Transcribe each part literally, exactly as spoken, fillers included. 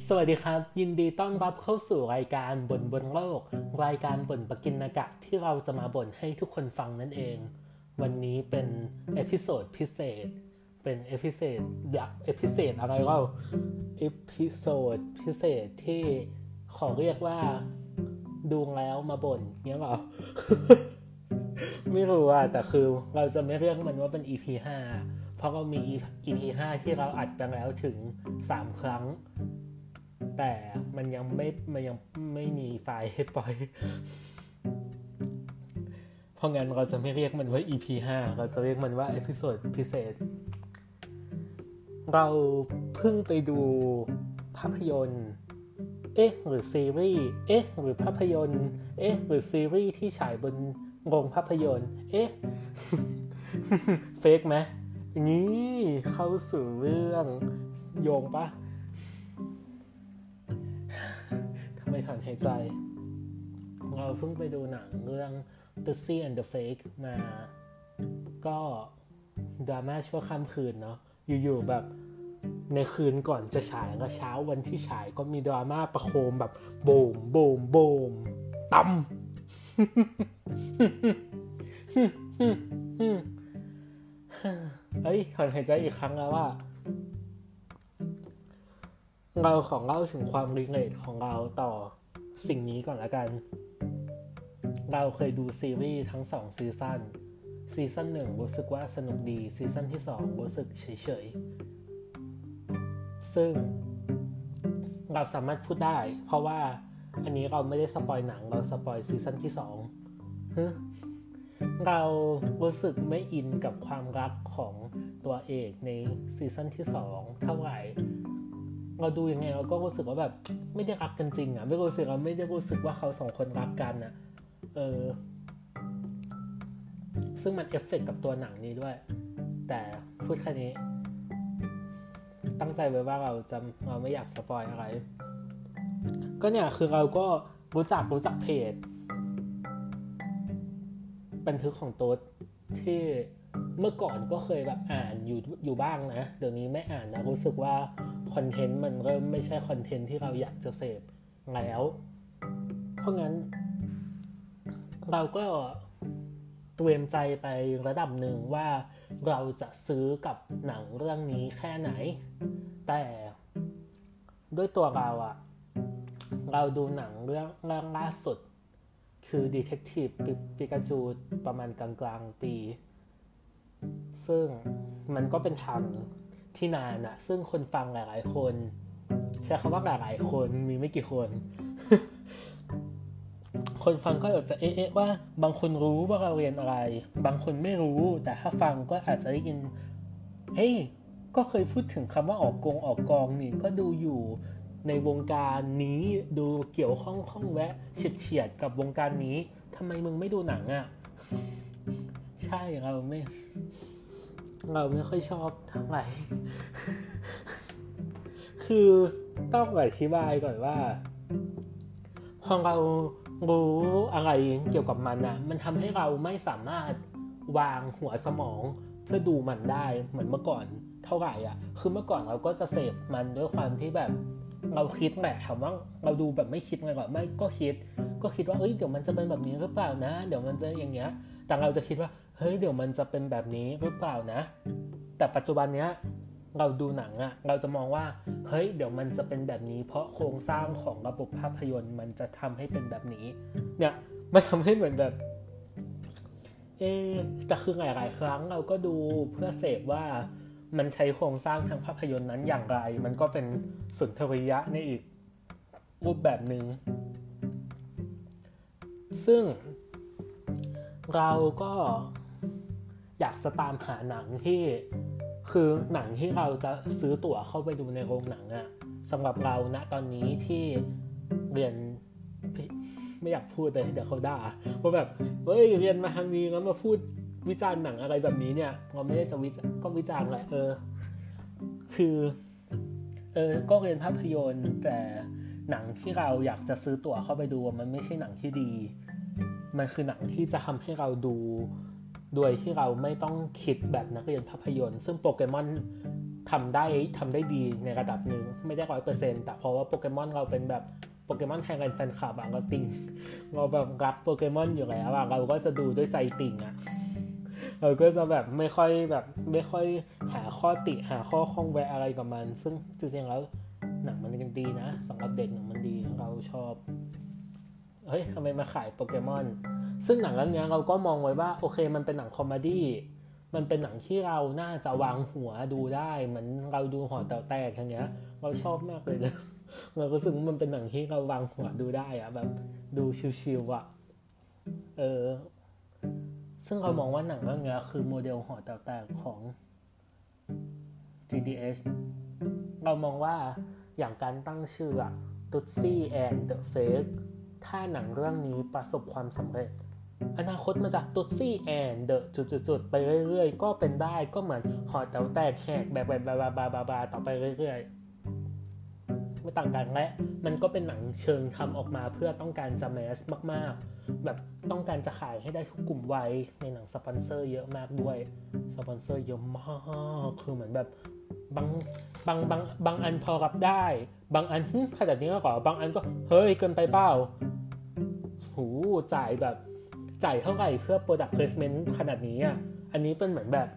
สวัสดีครับยินดีต้อนรับเข้าสู่รายการบ่นบนโลกรายการบ่นปกิณกะที่เราจะมาบ่นให้ทุกคนฟังนั่นเองวันนี้เป็นเอพิโซดพิเศษเป็นเอพิโซดแบบเอพิโซดอะไรเล่าเอพิโซดพิเศษที่ขอเรียกว่าดูแล้วมาบ่นเงี้ยเปล่า ไม่รู้อ่ะแต่คือเราจะไม่เรียกมันว่าเป็น อี พี ห้าเพราะเรามี อี พี ห้าที่เราอัดไปแล้วถึงสามครั้งแต่มันยังไม่มันยังไม่มีไฟล์ให้ปล่อยเพราะงั้นเราจะไม่เรียกมันว่า อี พี ห้าเราจะเรียกมันว่าเอพิโซดพิเศษเราเพิ่งไปดูภาพยนตร์เอ๊ะหรือซีรีส์เอ๊ะหรือภาพยนตร์เอ๊ะหรือซีรีส์ที่ฉายบนโรงภาพยนตร์เอ๊ะ เฟกไหมนี่เข้าสู่เรื่องโยงปะทำไมถอนหายใจเราเพิ่งไปดูหนังเรื่อง The Sea and the Fake มาก็ดราม่าชั่วข้ามคืนเนาะอยู่ๆแบบในคืนก่อนจะฉายแล้วเช้าวันที่ฉายก็มีดราม่าประโคมแบบโบมโบมโบมตั้ม เฮ้ยถอนหายใจอีกครั้งแล้วว่าเราของเล่าถึงความรีเลทของเราต่อสิ่งนี้ก่อนละกันเราเคยดูซีรีส์ทั้งสองซีซั่นซีซั่นหนึ่งรู้สึกว่าสนุกดีซีซั่นที่สองรู้สึกเฉยๆซึ่งเราสามารถพูดได้เพราะว่าอันนี้เราไม่ได้สปอยหนังเราสปอยซีซั่นที่สองเรารู้สึกไม่อินกับความรักของตัวเอกในซีซั่นที่สองเท่าไหร่เราดูยังไงเราก็รู้สึกว่าแบบไม่ได้รักกันจริงอ่ะไม่รู้สึกเราไม่ได้รู้สึกว่าเขาสองคนรักกันอ่ะเออซึ่งมันเอฟเฟกต์กับตัวหนังนี้ด้วยแต่พูดแค่นี้ตั้งใจไว้ว่าเราจะเราไม่อยากสปอยอะไรก็เนี่ยคือเราก็รู้จักรู้จักเพจบันทึกของโต๊ดที่เมื่อก่อนก็เคยแบบอ่านอยู่อยู่บ้างนะเดี๋ยวนี้ไม่อ่านนะรู้สึกว่าคอนเทนต์มันเริ่มไม่ใช่คอนเทนต์ที่เราอยากจะเสพแล้วเพราะงั้นเราก็เตรียมใจไประดับหนึ่งว่าเราจะซื้อกับหนังเรื่องนี้แค่ไหนแต่ด้วยตัวเราอะเราดูหนังเรื่องเรื่องล่าสุดคือ Detective Pikachu ประมาณกลางๆปีซึ่งมันก็เป็นทางที่นานอะซึ่งคนฟังหลายๆคนใช้คำว่าหลายๆคนมีไม่กี่คน คนฟังก็อาจจะเอ๊ะว่าบางคนรู้ว่าเราเรียนอะไรบางคนไม่รู้แต่ถ้าฟังก็อาจจะได้ยินเฮ้ยก็เคยพูดถึงคำว่าออกกงออกกองนี่ก็ดูอยู่ในวงการนี้ดูเกี่ยวข้องข้องแวะเฉียดเฉียดกับวงการนี้ทำไมมึงไม่ดูหนังอ่ะใช่เราไม่เราไม่ค่อยชอบเท่าไหร่ คือต้องอธิบายก่อนว่าพอเรารู้อะไรเกี่ยวกับมันอ่ะมันทำให้เราไม่สามารถวางหัวสมองเพื่อดูมันได้เหมือนเมื่อก่อนเท่าไหร่อ่ะคือเมื่อก่อนเราก็จะเสพมันด้วยความที่แบบเราคิดแหละถามว่าเราดูแบบไม่คิดไงก่อนไม่ก็คิดก็คิดว่าเอ้ยเดี๋ยวมันจะเป็นแบบนี้หรือเปล่านะเดี๋ยวมันจะอย่างเงี้ยแต่เราจะคิดว่าเฮ้ยเดี๋ยวมันจะเป็นแบบนี้หรือเปล่านะแต่ปัจจุบันเนี้ยเราดูหนังอะเราจะมองว่าเฮ้ยเดี๋ยวมันจะเป็นแบบนี้เพราะโครงสร้างของระบบภาพยนตร์มันจะทำให้เป็นแบบนี้เนี่ยมันทำให้เหมือนแบบเอ๊ะแต่คือหลายๆครั้งเราก็ดูเพื่อเสพว่ามันใช้โครงสร้างทางภาพยนตร์นั้นอย่างไรมันก็เป็นสุนทรียะในอีกรูปแบบหนึ่งซึ่งเราก็อยากจะตามหาหนังที่คือหนังที่เราจะซื้อตั๋วเข้าไปดูในโรงหนังอะสำหรับเราณตอนนี้ที่เรียนไม่อยากพูดเลยเดี๋ยวเขาด่าเพราะแบบเฮ้ยเรียนมาทางนี้แล้วมาพูดวิจารณ์หนังอะไรแบบนี้เนี่ยเราไม่ได้จะวิจารณ์ก็วิจารณ์แหละเออคือเออก็เรียนภาพยนตร์แต่หนังที่เราอยากจะซื้อตั๋วเข้าไปดูมันไม่ใช่หนังที่ดีมันคือหนังที่จะทำให้เราดูโดยที่เราไม่ต้องคิดแบบนักเรียนภาพยนตร์ซึ่งโปเกมอนทำได้ทำได้ดีในระดับหนึ่งไม่ได้ ร้อยเปอร์เซ็นต์ แต่เพราะว่าโปเกมอนเราเป็นแบบโปเกมอนไทยแลนด์แฟนคลับอะเราติ่งเราแบบรักโปเกมอนอยู่แล้วอะเราก็จะดูด้วยใจติ่งอะเราก็จะแบบไม่ค่อยแบบไม่ค่อยหาข้อติหาข้อข้องแวะอะไรกับมันซึ่งจริงๆแล้วหนังมันดีนะสำหรับเด็กหนังมันดีเราชอบเฮ้ยทำไมมาขายโปเกมอนซึ่งหนังเรื่องนี้เราก็มองไว้ว่าโอเคมันเป็นหนังคอมเมดี้มันเป็นหนังที่เราน่าจะวางหัวดูได้เหมือนเราดูหอแต๋วแตกอย่างเงี้ยเราชอบมากเลยนะเรารู้สึกว่ามันเป็นหนังที่เราวางหัวดูได้อะแบบดูชิลๆอะเออซึ่งเรามองว่าหนังเรื่องนี้คือโมเดลหอแต๋วแตกของ จี ดี เอช เรามองว่าอย่างการตั้งชื่ออะ Tootsie and the Fake ถ้าหนังเรื่องนี้ประสบความสำเร็จอนาคตมันจะ Tootsie and the จุดๆๆไปเรื่อยๆก็เป็นได้ก็เหมือนหอแต๋วแตกแหกแบบบาๆๆๆๆต่อไปเรื่อยๆไม่ต่างกันและมันก็เป็นหนังเชิงทำออกมาเพื่อต้องการจะแมสมากๆแบบต้องการจะขายให้ได้ทุกกลุ่มวัยในหนังสปอนเซอร์เยอะมากด้วยสปอนเซอร์เยอะมากคือเหมือนแบบบางบางบางบางอันพอรับได้บางอันขนาดนี้ก็ก่อบางอันก็เฮ้ยเกินไปเปล่าหูจ่ายแบบจ่ายเท่าไหร่เพื่อ product placement ขนาดนี้อ่ะอันนี้เป็นเหมือนแบบ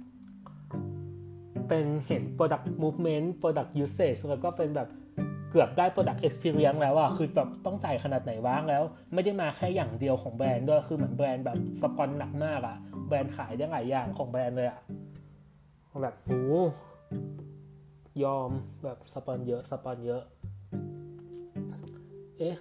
เป็นเห็น product movement product usage แล้วก็เป็นแบบเกือบได้ product experience แล้วอ่ะคือแบบต้องจ่ายขนาดไหนวะแล้วไม่ได้มาแค่อย่างเดียวของแบรนด์ด้วยคือเหมือนแบรนด์แบบสปอนหนักมากอ่ะแบรนด์ขายได้หลายอย่างของแบรนด์เลยอ่ะแบบโหยอมแบบสปอนเยอะสปอนเยอะเอ๊ะ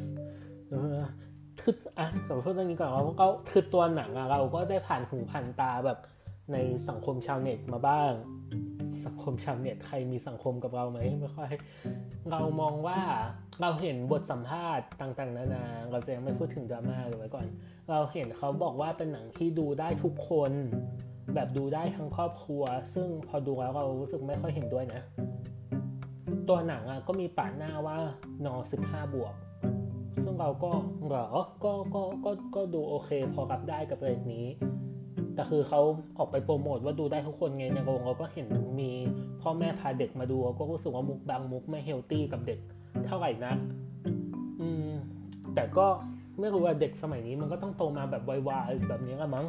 คืออ่ะกับพูดเรื่องนี้ก่อนเราก็คือตัวหนังอะเราก็ได้ผ่านหูผ่านตาแบบในสังคมชาวเน็ตมาบ้างสังคมชาวเน็ตใครมีสังคมกับเราไหมไม่ค่อยเรามองว่าเราเห็นบทสัมภาษณ์ต่างๆนานาเราจะยังไม่พูดถึงดราม่าเลยไว้ก่อนเราเห็นเขาบอกว่าเป็นหนังที่ดูได้ทุกคนแบบดูได้ทั้งครอบครัวซึ่งพอดูแล้วเรารู้สึกไม่ค่อยเห็นด้วยนะตัวหนังอ่ะก็มีปาดหน้าว่าน สิบห้า บวกซึ่งเราก็เหรอก็ก็ก็ก็ดูโอเคพอรับได้กับเรื่องนี้แต่คือเขาออกไปโปรโมทว่าดูได้ทุกคนไงในโรงเราก็เห็นมีพ่อแม่พาเด็กมาดูก็รู้สึกว่ามุกบางมุกไม่เฮลตี้กับเด็กเท่าไหร่นักอืมแต่ก็ไม่รู้ว่าเด็กสมัยนี้มันก็ต้องโตมาแบบวายๆแบบนี้ละมั้ง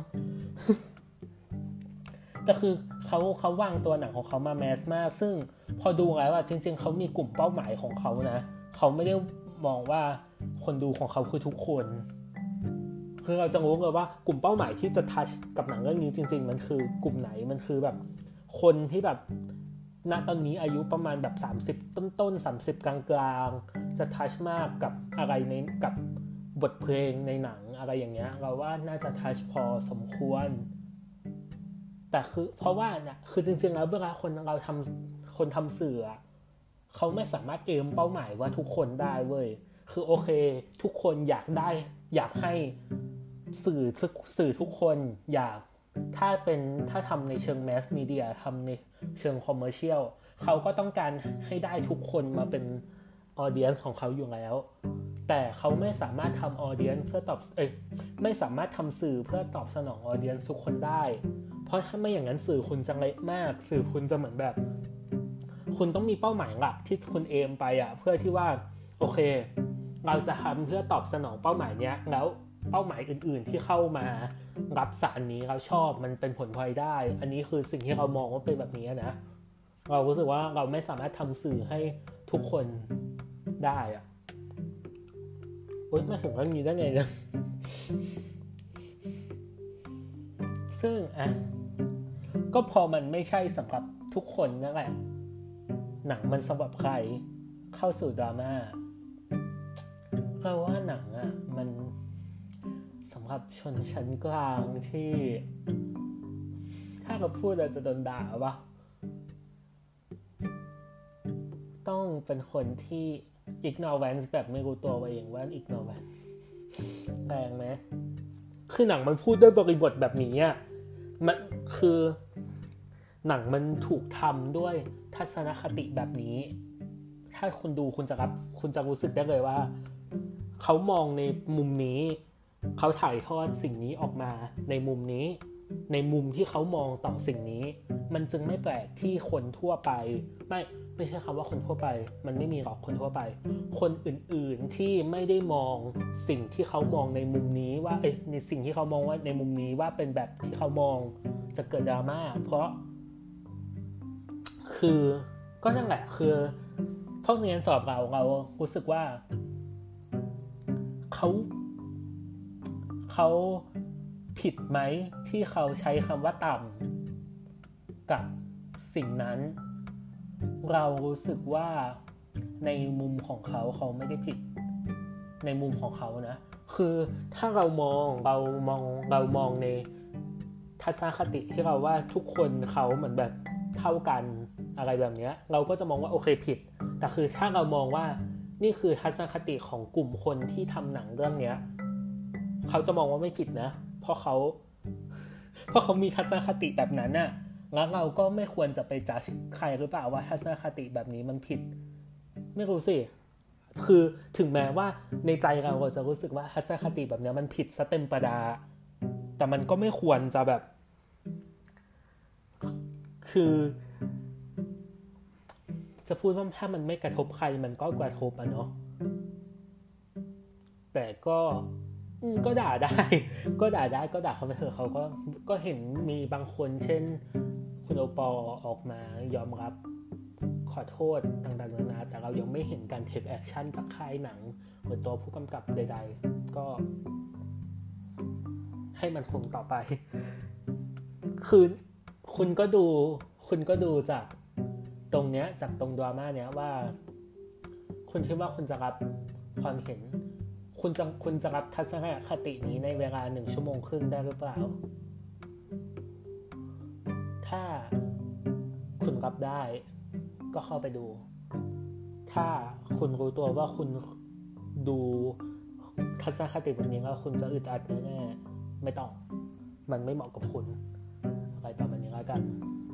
แต่คือเขาเขาวางตัวหนังของเขามาแมสมากซึ่งพอดูแล้วว่าจริงๆเขามีกลุ่มเป้าหมายของเขานะเขาไม่ได้มองว่าคนดูของเขาคือทุกคนคือเราจะรู้เลยว่ากลุ่มเป้าหมายที่จะทัชกับหนังเรื่องนี้จริงๆมันคือกลุ่มไหนมันคือแบบคนที่แบบณตอนนี้อายุประมาณแบบสามสิบต้นๆสามสิบกลางๆจะทัชมากกับอะไรในกับบทเพลงในหนังอะไรอย่างเงี้ยเราว่าน่าจะทัชพอสมควรแต่คือเพราะว่าเนี่ยคือจริงๆแล้วเวลาคนเราทำคนทำสื่อเขาไม่สามารถเอมเป้าหมายว่าทุกคนได้เว้ยคือโอเคทุกคนอยากได้อยากให้สื่อสื่อทุกคนอยากถ้าเป็นถ้าทำในเชิงแมสมีเดียทำในเชิงคอมเมอร์เชียลเขาก็ต้องการให้ได้ทุกคนมาเป็นออเดียนซ์ของเขาอยู่แล้วแต่เขาไม่สามารถทำออเดียนซ์เพื่อตอบเอ้ยไม่สามารถทำสื่อเพื่อตอบสนองออเดียนซ์ทุกคนได้เพราะถ้าไม่อย่างนั้นสื่อคุณจะเละมากสื่อคุณจะเหมือนแบบคุณต้องมีเป้าหมายหลักที่คุณเอมไปอ่ะเพื่อที่ว่าโอเคเราจะทำเพื่อตอบสนองเป้าหมายเนี้ยแล้วเป้าหมายอื่นๆที่เข้ามารับสารนี้เราชอบมันเป็นผลพลอยได้อันนี้คือสิ่งที่เรามองว่าเป็นแบบนี้นะเรารู้สึกว่าเราไม่สามารถทำสื่อให้ทุกคนได้อ่ะโอ๊ยมาถึงเรื่องนี้ได้ไงเนี่ยซึ่งอ่ะก็พอมันไม่ใช่สำหรับทุกคนนั่นแหละหนังมันสำหรับใครเข้าสู่ดราม่าเราว่าหนังอ่ะมันสำหรับชนชั้นกลางที่ถ้าเราพูดเราจะโดนด่าป่ะต้องเป็นคนที่ ignorance แบบไม่รู้ตัวเองว่า ignorance แรงไหมคือหนังมันพูดด้วยบริบทแบบนี้อ่ะมันคือหนังมันถูกทำด้วยทัศนคติแบบนี้ถ้าคุณดูคุณจะรับคุณจะรู้สึกได้เลยว่าเขามองในมุมนี้เขาถ่ายทอดสิ่งนี้ออกมาในมุมนี้ในมุมที่เขามองต่อสิ่งนี้มันจึงไม่แปลกที่คนทั่วไปไม่ไม่ใช่คำว่าคนทั่วไปมันไม่มีหรอกคนทั่วไปคนอื่นๆที่ไม่ได้มองสิ่งที่เขามองในมุมนี้ว่าเอ้ยในสิ่งที่เขามองว่าในมุมนี้ว่าเป็นแบบที่เขามองจะเกิดดราม่าเพราะคือก็นั่นแหละคือห้องเรียนสอบเราเรารู้สึกว่าเขาเขาผิดไหมที่เขาใช้คำว่าต่ำกับสิ่งนั้นเรารู้สึกว่าในมุมของเขาเขาไม่ได้ผิดในมุมของเขานะคือถ้าเรามองเรามองเรามองในทัศนคติที่เราว่าทุกคนเขาเหมือนแบบเท่ากันอะไรแบบนี้เราก็จะมองว่าโอเคผิดแต่คือถ้าเรามองว่านี่คือทัศนคติของกลุ่มคนที่ทำหนังเรื่องนี้เขาจะมองว่าไม่ผิดนะเพราะเขาเพราะเขามีทัศนคติแบบนั้นน่ะแล้วเราก็ไม่ควรจะไปจัดใครหรือเปล่าว่าทัศนคติแบบนี้มันผิดไม่รู้สิคือถึงแม้ว่าในใจเราเราจะรู้สึกว่าทัศนคติแบบนี้มันผิดซะเต็มประดาแต่มันก็ไม่ควรจะแบบคือจะพูดว่าถ้ามันไม่กระทบใครมันก็กระทบอ่ะเนาะแต่ก็ก็ด่าได้ก็ด่าได้ก็ด่าเขาไปเถอะเขาก็ก็เห็นมีบางคนเช่นคุณโอปอออกมายอมรับขอโทษต่างๆนานาแต่เรายังไม่เห็นการเทคแอคชั่นจากค่ายหนังหรือตัวผู้กำกับใดๆก็ให้มันคงต่อไปคือคุณก็ดูคุณก็ดูจากตรงเนี้ยจากตรงดราม่าเนี้ยว่าคุณคิดว่าคุณจะรับความเห็นคุณจะคุณจะรับทัศนคตินี้ในเวลาหนึ่งชั่วโมงครึ่งได้หรือเปล่าถ้าคุณรับได้ก็เข้าไปดูถ้าคุณรู้ตัวว่าคุณดูทัศนคติแบบนี้แล้วคุณจะอึดอัดแน่ๆไม่ต้องมันไม่เหมาะกับคุณอะไรประมาณนี้แล้วกัน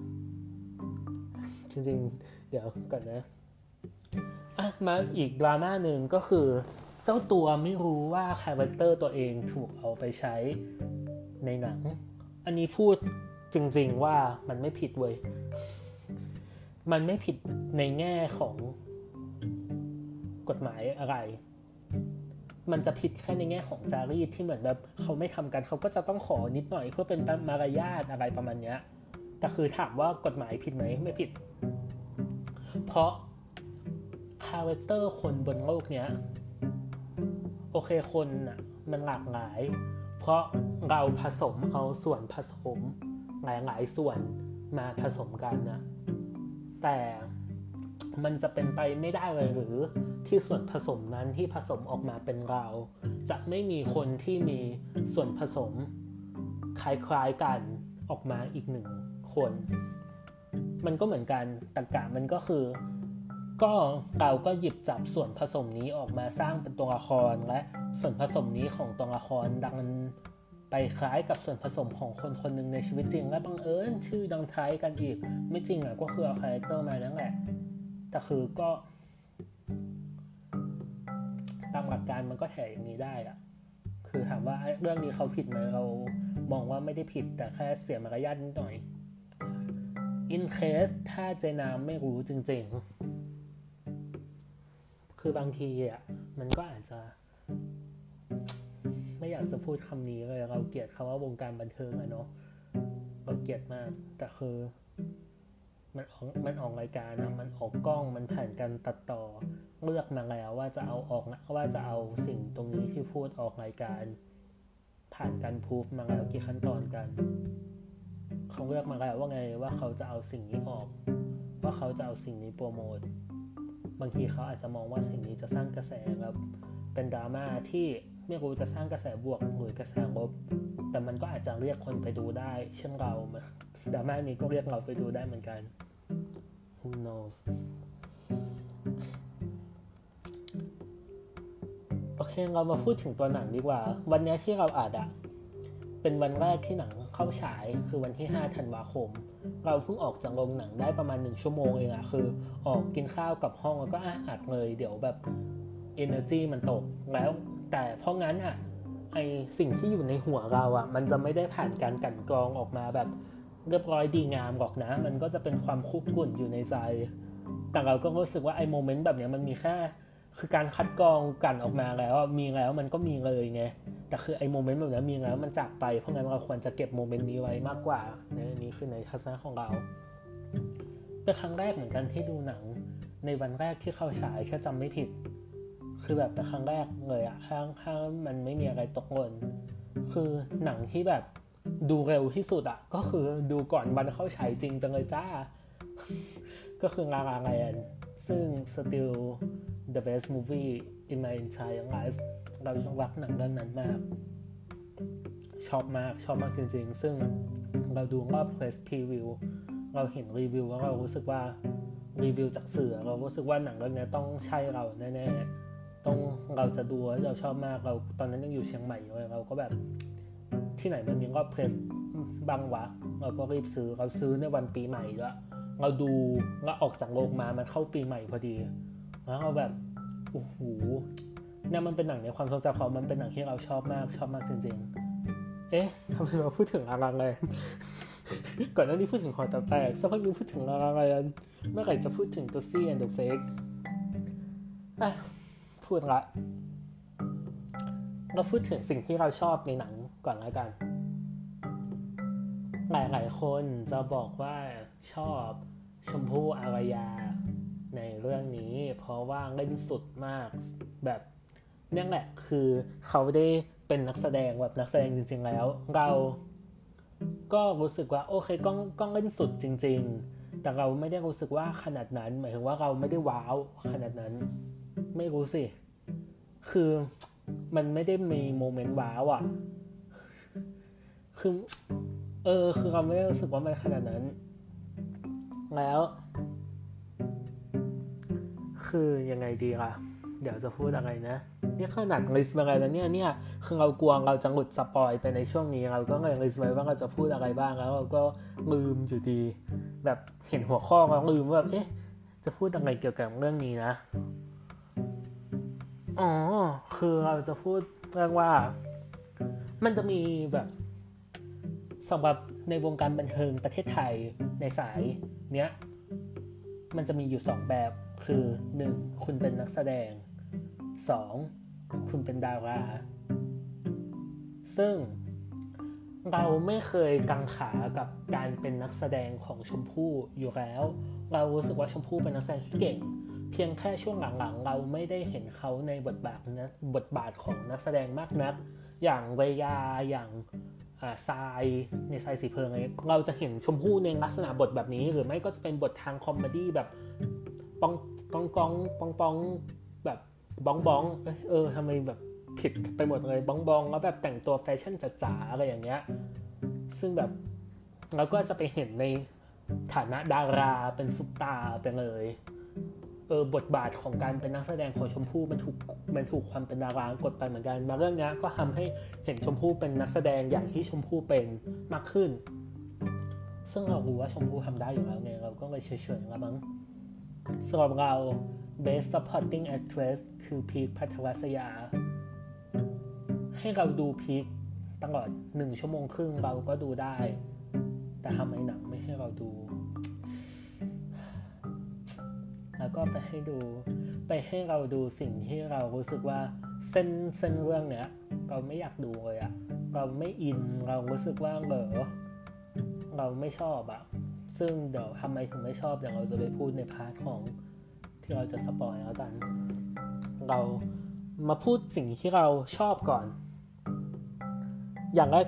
จริงๆเดี๋ยวก่อนนะอ่ะมาอีกดราม่าหนึ่งก็คือเจ้าตัวไม่รู้ว่าคาแรคเตอร์ตัวเองถูกเอาไปใช้ในหนังอันนี้พูดจริงๆว่ามันไม่ผิดเว้ยมันไม่ผิดในแง่ของกฎหมายอะไรมันจะผิดแค่ในแง่ของจารีตที่เหมือนแบบเขาไม่ทำกันเขาก็จะต้องขอนิดหน่อยเพื่อเป็นมารยาทอะไรประมาณนี้แต่คือถามว่ากฎหมายผิดไหมไม่ผิดเพราะคาแรคเตอร์คนบนโลกเนี้ยโอเคคนน่ะมันหลากหลายเพราะเราผสมเอาส่วนผสมหลายๆส่วนมาผสมกันนะแต่มันจะเป็นไปไม่ได้เลยหรือที่ส่วนผสมนั้นที่ผสมออกมาเป็นเราจะไม่มีคนที่มีส่วนผสมคล้ายๆกันออกมาอีกหนึ่งคนมันก็เหมือนกันตรรกะมันก็คือก็เราก็หยิบจับส่วนผสมนี้ออกมาสร้างเป็นตัวละครและส่วนผสมนี้ของตัวละครดังไปคล้ายกับส่วนผสมของคนคนหนึ่งในชีวิตจริงและบังเอิญชื่อดังท้ายกันอีกไม่จริงอ่ะก็คือเอาคาแรคเตอร์มานั่นแหละแต่คือก็ตามหลักการมันก็แถอย่างนี้ได้อ่ะคือถามว่าเรื่องนี้เขาผิดไหมเรามองว่าไม่ได้ผิดแต่แค่เสียมารยาทนิดหน่อย in case ถ้าเจนามไม่รู้จริงๆคือบางทีอ่ะมันก็อาจจะไม่อยากจะพูดคำนี้เลยเราเกลียดคำว่าวงการบันเทิงอะเนาะเราเกลียดมากแต่คือมันออกมันออกรายการนะมันออกกล้องมันผ่านการตัดต่อเลือกมาแล้วว่าจะเอาออกนะว่าจะเอาสิ่งตรงนี้ที่พูดออกรายการผ่านการพูฟมาแล้วกี่ขั้นตอนกันเขาเลือกมาแล้วว่าไงว่าเขาจะเอาสิ่งนี้ออกว่าเขาจะเอาสิ่งนี้โปรโมทบางทีเขาอาจจะมองว่าสิ่งนี้จะสร้างกระแสแบบเป็นดราม่าที่ไม่รู้จะสร้างกระแสบวกหรือกระแสลบแต่มันก็อาจจะเรียกคนไปดูได้เช่นเราดราม่านี้ก็เรียกเราไปดูได้เหมือนกัน who knows โอเคเรามาพูดถึงตัวหนังดีกว่าวันนี้ที่เราอัดอะเป็นวันแรกที่หนังเข้าฉายคือวันที่ห้าธันวาคมเราเพิ่งออกจากโรงหนังได้ประมาณหนึ่งชั่วโมงเองอะคือออกกินข้าวกับห้องแล้วก็อัดเลยเดี๋ยวแบบ energy มันตกแล้วแต่เพราะงั้นอะไอสิ่งที่อยู่ในหัวเราอ่ะมันจะไม่ได้ผ่านการกลั่นกรองออกมาแบบเรียบร้อยดีงามหรอกนะมันก็จะเป็นความคุกกุ่นอยู่ในใจแต่เราก็รู้สึกว่าไอโมเมนต์แบบนี้มันมีแค่คือการคัดกรองกันออกมาแล้วมีแล้วมันก็มีเลยไงแต่คือไอโมเมนต์แบบนี้มีแล้วมันจากไปเพราะงั้นเราควรจะเก็บโมเมนต์นี้ไว้มากกว่าในนี้คือในทัศนะของเราเป็นครั้งแรกเหมือนกันที่ดูหนังในวันแรกที่เข้าฉายแค่จำไม่ผิดคือแบบเป็นครั้งแรกเลยอะถ้าถ้ามันไม่มีอะไรตกหล่นคือหนังที่แบบดูเร็วที่สุดอะก็คือดูก่อนวันเข้าฉายจริงจังเลยจ้า ก็คือ La La Land ซึ่ง still the best movie in my entire life เราชอบรักหนังเรื่องนั้นมากชอบมากชอบมากจริงๆซึ่งเราดูรอบ press preview เราเห็นรีวิวแล้วเรารู้สึกว่ารีวิวจากสื่อเรารู้สึกว่าหนังเรื่องนี้ต้องใช่เราแน่ๆต้องเราจะดูแล้วเราชอบมากเราตอนนั้นยังอยู่เชียงใหม่อยู่เลยเราก็แบบที่ไหนมันมีรอบ press บ้างวะเราก็รีบซื้อเราซื้อในวันปีใหม่ด้วยเราดูแล้วออกจากโรงมามันเข้าปีใหม่พอดีแล้วเราแบบโอ้โหเนี่ยมันเป็นหนังในความทรงจำเขามันเป็นหนังที่เราชอบมากชอบมากจริงๆเอ๊ะทำไมเราพูดถึงอะไรเลย ก่อนหน้านี้พูดถึงหอแต๋วแตกสักพักนึงพูดถึงอะไรเมื่อไหร่จะพูดถึง Tootsie and the Fake อ่ะพูดละเราพูดถึงสิ่งที่เราชอบในหนังก่อนแล้วกันหลายๆคนจะบอกว่าชอบชมพู่อารยาในเรื่องนี้เพราะว่าเล่นสุดมากแบบนั่นแหละคือเขาได้เป็นนักแสดงแบบนักแสดงจริงๆแล้วเราก็รู้สึกว่าโอเคก้องก้องเล่นสุดจริงๆแต่เราไม่ได้รู้สึกว่าขนาดนั้นหมายถึงว่าเราไม่ได้ว้าวขนาดนั้นไม่รู้สิคือมันไม่ได้มีโมเมนต์ว้าวอ่ะคือเออคือเราไม่ได้รู้สึกว่ามันขนาดนั้นแล้วคือยังไงดีล่ะเดี๋ยวจะพูดอะไรนะนี่ขนาดลิสต์อะไรแล้วเนี่ยเนี่ยคือเรากลัวเราจะหลุดสปอยไปในช่วงนี้เราก็เลยลิสต์ไว้ว่าเราจะพูดอะไรบ้างแล้วเราก็ลืมอยู่ดีแบบเห็นหัวข้อเราลืมว่าเอ๊ะจะพูดอะไรเกี่ยวกับเรื่องนี้นะอ๋อคือเราจะพูดเรื่องว่ามันจะมีแบบสำหรับในวงการบันเทิงประเทศไทยในสายเนี้ยมันจะมีอยู่สองแบบคือหนึ่งคุณเป็นนักแสดงสองคุณเป็นดาราซึ่งเราไม่เคยกังขากับการเป็นนักแสดงของชมพู่อยู่แล้วเรารู้สึกว่าชมพู่เป็นนักแสดงที่เก่งเพียงแค่ช่วงหลังๆเราไม่ได้เห็นเขาในบทบาทนะบทบาทของนักแสดงมากนักอย่างเรยาอย่างทรายในทรายสีเพลิงอะไรเราจะเห็นชมพู่ในลักษณะบทแบบนี้หรือไม่ก็จะเป็นบททางคอมเมดี้แบบปองกองกองปองปองแบบบ้องบ้องเออทำไมแบบผิดไปหมดเลยบ้องบ้องแล้วแบบแต่งตัวแฟชั่นจ๋าๆอะไรอย่างเงี้ยซึ่งแบบเราก็จะไปเห็นในฐานะดาราเป็นซุปตาร์ไปเลยเออบทบาทของการเป็นนักแสดงของชมพู่มันถูกมันถูกความเป็นดารากดไปเหมือนกันมาเรื่องนี้ก็ทำให้เห็นชมพู่เป็นนักแสดงอย่างที่ชมพู่เป็นมากขึ้นซึ่งเรารู้ว่าชมพู่ทำได้อยู่แล้วไงเราก็เลยเฉยๆแล้วมั้งสำหรับเรา Best Supporting Actress คือพีค ภัทรศยาให้เราดูพีคตลอดหนึ่งชั่วโมงครึ่งเราก็ดูได้แต่ทำไมหนังไม่ให้เราดูแล้วก็ไปให้ดูไปให้เราดูสิ่งที่เรารู้สึกว่าเส้นเส้นเรื่องเนี้ยเราไม่อยากดูเลยอะเราไม่อินเรารู้สึกว่าเหรอเราไม่ชอบอะซึ่งเดี๋ยวทำไมถึงไม่ชอบเดี๋ยวเราจะไปพูดในพาร์ทของที่เราจะสปอยแล้วกันเรามาพูดสิ่งที่เราชอบก่อนอย่างแรก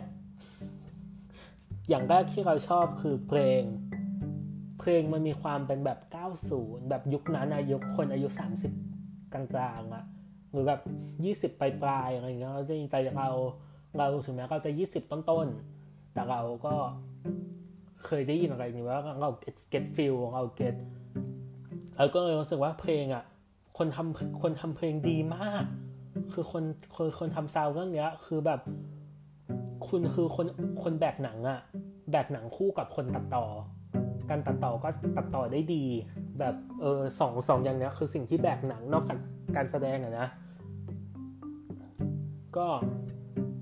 อย่างแรกที่เราชอบคือเพลงเพลงมันมีความเป็นแบบเก้าสิบแบบยุคนั้นอายุคนอายุสามสิบกลางๆอ่ะหรือแบบยี่สิบปลายๆอะไรอย่างเงี้ยเราจะแต่เราเราถึงแม้เราจะยี่สิบต้นๆแต่เราก็เคยได้ยินอะไรอย่างเงี้ยว่าเรา get get feel เรา get เราก็เลยรู้สึกว่าเพลงอ่ะคนทำคนทำเพลงดีมากคือคนคนคนทำซาวด์เรื่องเนี้ยคือแบบคุณคือคนคนแบกหนังอ่ะแบกหนังคู่กับคนตัดต่อการตัดต่อก็ตัดต่อได้ดีแบบเออสองสองอย่างเนี้ยคือสิ่งที่แบกหนังนอกจากการแสดงอะนะก็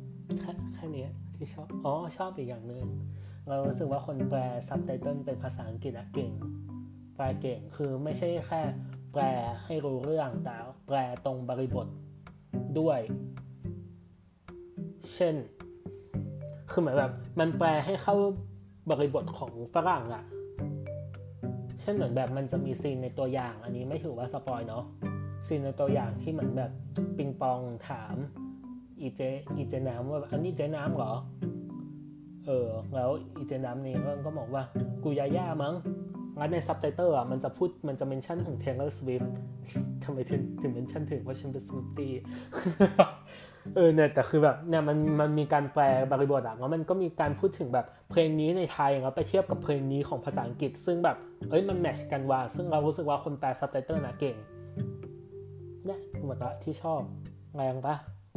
ค่นี้ที่ชอบอ๋อชอบอีกอย่างนึงเรารู้สึกว่าคนแปลซับไตเติลเป็นภาษาอังกฤษอะเก่งแปลเก่งคือไม่ใช่แค่แปลให้รู้เรื่องแต่แปลตรงบริบทด้วยเช่นคือเหมือนแบบมันแปลให้เข้าบริบทของฝรั่งอะเช่นเหมือนแบบมันจะมีซีนในตัวอย่างอันนี้ไม่ถือว่าสปอยเนาะซีนในตัวอย่างที่เหมือนแบบปิงปองถามอีเจอีเจน้ำว่าอันนี้เจน้ำเหรอเออแล้วอีเจน้ำนี่ก็บอกว่ากูยาย่ามั้งงั้นในซับไตเติลอ่ะมันจะพูดมันจะเมนชั่นถึง Taylor Swift ทำไมถึงถึงเมนชั่นถึงว่าฉันเป็น Swiftie เออเนี่ยแต่คือแบบเนี่ยมันมันมีการแปลบริบทอ่ะแล้วมันก็มีการพูดถึงแบบเพลงนี้ในไทยแล้วไปเทียบกับเพลงนี้ของภาษาอังกฤษซึ่งแบบเอ้ยมันแมทช์กันว่ะซึ่งเรารู้สึกว่าคนแปลซับไตเติลน่ะเก่งเนี่ยหมดละที่ชอบแรงปะ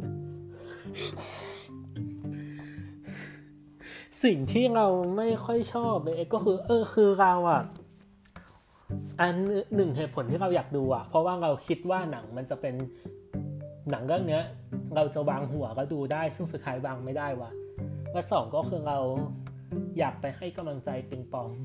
สิ่งที่เราไม่ค่อยชอบเลยก็คือเออคือเราอ่ะอันหนึ่งเหตุผลที่เราอยากดูอ่ะเพราะว่าเราคิดว่าหนังมันจะเป็นหนังเรื่องนี้เราจะวางหัวก็ดูได้ซึ่งสุดท้ายวางไม่ได้ว่ะและสองก็คือเราอยากไปให้กำลังใจปิงปอง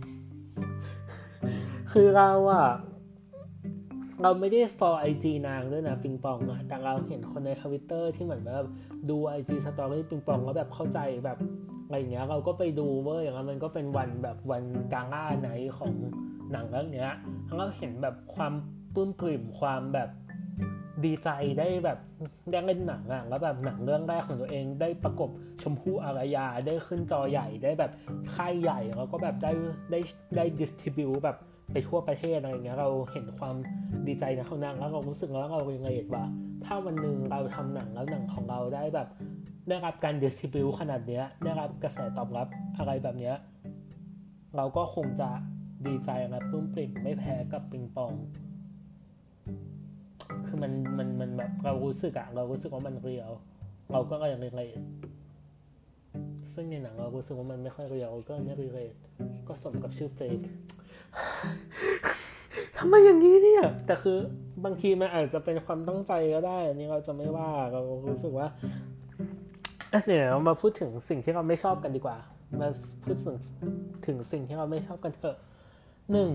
คือเราอ่ะเราไม่ได้ follow ไอ จี นางด้วยนะปิงปองอ่ะแต่เราเห็นคนใน Twitter ที่เหมือนแบบดู ไอ จี Story ปิงปองแล้วแบบเข้าใจแบบอะไรอย่างเงี้ยเราก็ไปดูเว้ยอย่างนั้นมันก็เป็นวันแบบวันกลางล่าไนท์ของหนังเรื่องนี้เราเห็นแบบความปลื้มปริ่มความแบบดีใจได้แบบได้เล่นหนังอ่ะแล้วแบบหนังเรื่องแรกของตัวเองได้ประกบชมพู่อารยาได้ขึ้นจอใหญ่ได้แบบค่ายใหญ่แล้วก็แบบได้ได้ได้ดิสทริบิวต์แบบไปทั่วประเทศอะไรอย่างเงี้ยเราเห็นความดีใจนะเขาหนังแล้วเรารู้สึกแล้วเราเรียนว่าถ้าวันนึงเราทำหนังแล้วหนังของเราได้แบบได้รับการดิสทริบิวต์ขนาดเนี้ยได้รับกระแสตอบรับอะไรแบบเนี้ยเราก็คงจะดีใจและปลื้มปริ่มไม่แพ้กับปิงปองคือมันมันมันแบบเรารู้สึกอะเรารู้สึกว่ามันเรียวเราก็ยังเรียนซึ่งในหนังเรารู้สึกว่ามันไม่ค่อยเรียวก็ไม่เรียนก็สมกับชื่อเฟกทำไมอย่างนี้เนี่ยแต่คือบางทีมันอาจจะเป็นความตั้งใจก็ได้อันนี้เราจะไม่ว่าเรารู้สึกว่าเนี่ยเรามาพูดถึงสิ่งที่เราไม่ชอบกันดีกว่ามาพูดถึงถึงสิ่งที่เราไม่ชอบกันเถอะหนึ่ง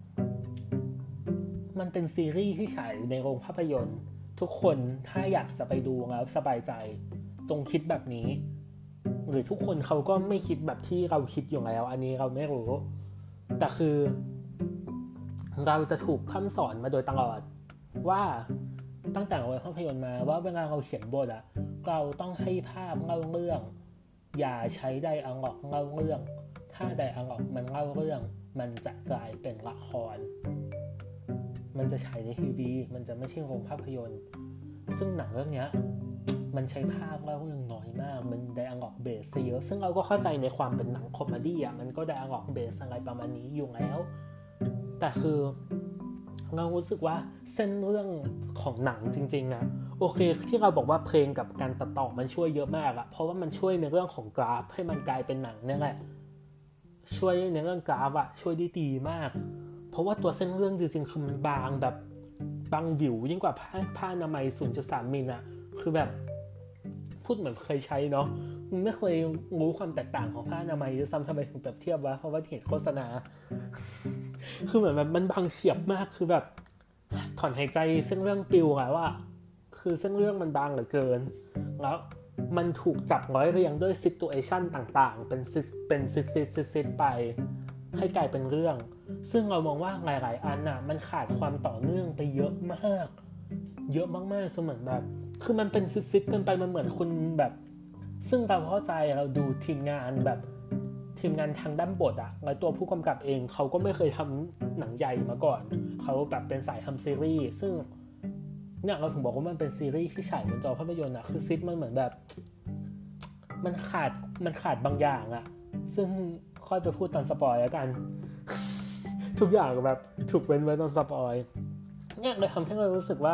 มันเป็นซีรีส์ที่ฉายในโรงภาพยนตร์ทุกคนถ้าอยากจะไปดูแล้วสบายใจจงคิดแบบนี้หรือทุกคนเขาก็ไม่คิดแบบที่เราคิดอยู่แล้วอันนี้เราไม่รู้แต่คือเราจะถูกพร่ำสอนมาโดยตลอดว่าตั้งแต่เราภาพยนตร์มาว่าเวลาเราเขียนบทอะเราต้องให้ภาพเล่าเรื่องอย่าใช้ไดอะล็อกเล่าเรื่องถ้าไดอะล็อกมันเล่าเรื่องมันจะกลายเป็นละครมันจะฉายในทีวีมันจะไม่ใช่โรงภาพยนตร์ซึ่งหนังเรื่องนี้มันใช้ภาพเล่าเรื่องน้อยมากมันไดอะล็อกเบสเยอะซึ่งเราก็เข้าใจในความเป็นหนังคอมเมดี้อ่ะมันก็ไดอะล็อกเบสอะไรประมาณนี้อยู่แล้วแต่คือเรารู้สึกว่าเส้นเรื่องของหนังจริงๆนะโอเคที่เราบอกว่าเพลงกับการตัดต่อมันช่วยเยอะมากอะเพราะว่ามันช่วยในเรื่องของกราฟให้มันกลายเป็นหนังนี่แหละช่วยในเรื่องกราฟอะช่วยได้ดีมากเพราะว่าตัวเส้นเรื่องจริงๆคือมันบางแบบบางวิวยิ่งกว่าผ้าผ้าอนามัย ศูนย์จุดสาม มิลอะคือแบบพูดเหมือนเคยใช้เนาะไม่เคยรู้ความแตกต่างของผ้าอนามัยด้วยซ้ำทำไมถึงแบบเทียบวะเพราะว่าเห็นโฆษณาคือเหมือนแบบมันบางเฉียบมากคือแบบถอนหายใจเส้นเรื่องปิวอะว่าคือเส้นเรื่องมันบางเหลือเกินแล้วมันถูกจับร้อยเรียงด้วยซิทูเอชั่นต่างๆเป็นเป็นซิดๆๆไปให้กลายเป็นเรื่องซึ่งเรามองว่าหลายๆอันน่ะมันขาดความต่อเนื่องไปเยอะมากเยอะมากๆเสมือนแบบคือมันเป็นซิดๆเกินไปมันเหมือนคุณแบบซึ่งเราเข้าใจเราดูทีมงานแบบทีมงานทางด้านบทอะแล้วตัวผู้กำกับเองเขาก็ไม่เคยทำหนังใหญ่มาก่อนเขาแบบเป็นสายทำซีรีส์ซึ่งเนี่ยเราถึงบอกว่ามันเป็นซีรีส์ที่ฉายบนจอภาพยนตร์อะคือซิดมันเหมือนแบบมันขาดมันขาดบางอย่างอะซึ่งค่อยไปพูดตอนสปอยแล้วกัน ทุกอย่างแบบถูกเว้นไว้ตอนสปอยเนี่ยเลยทำให้เรารู้สึกว่า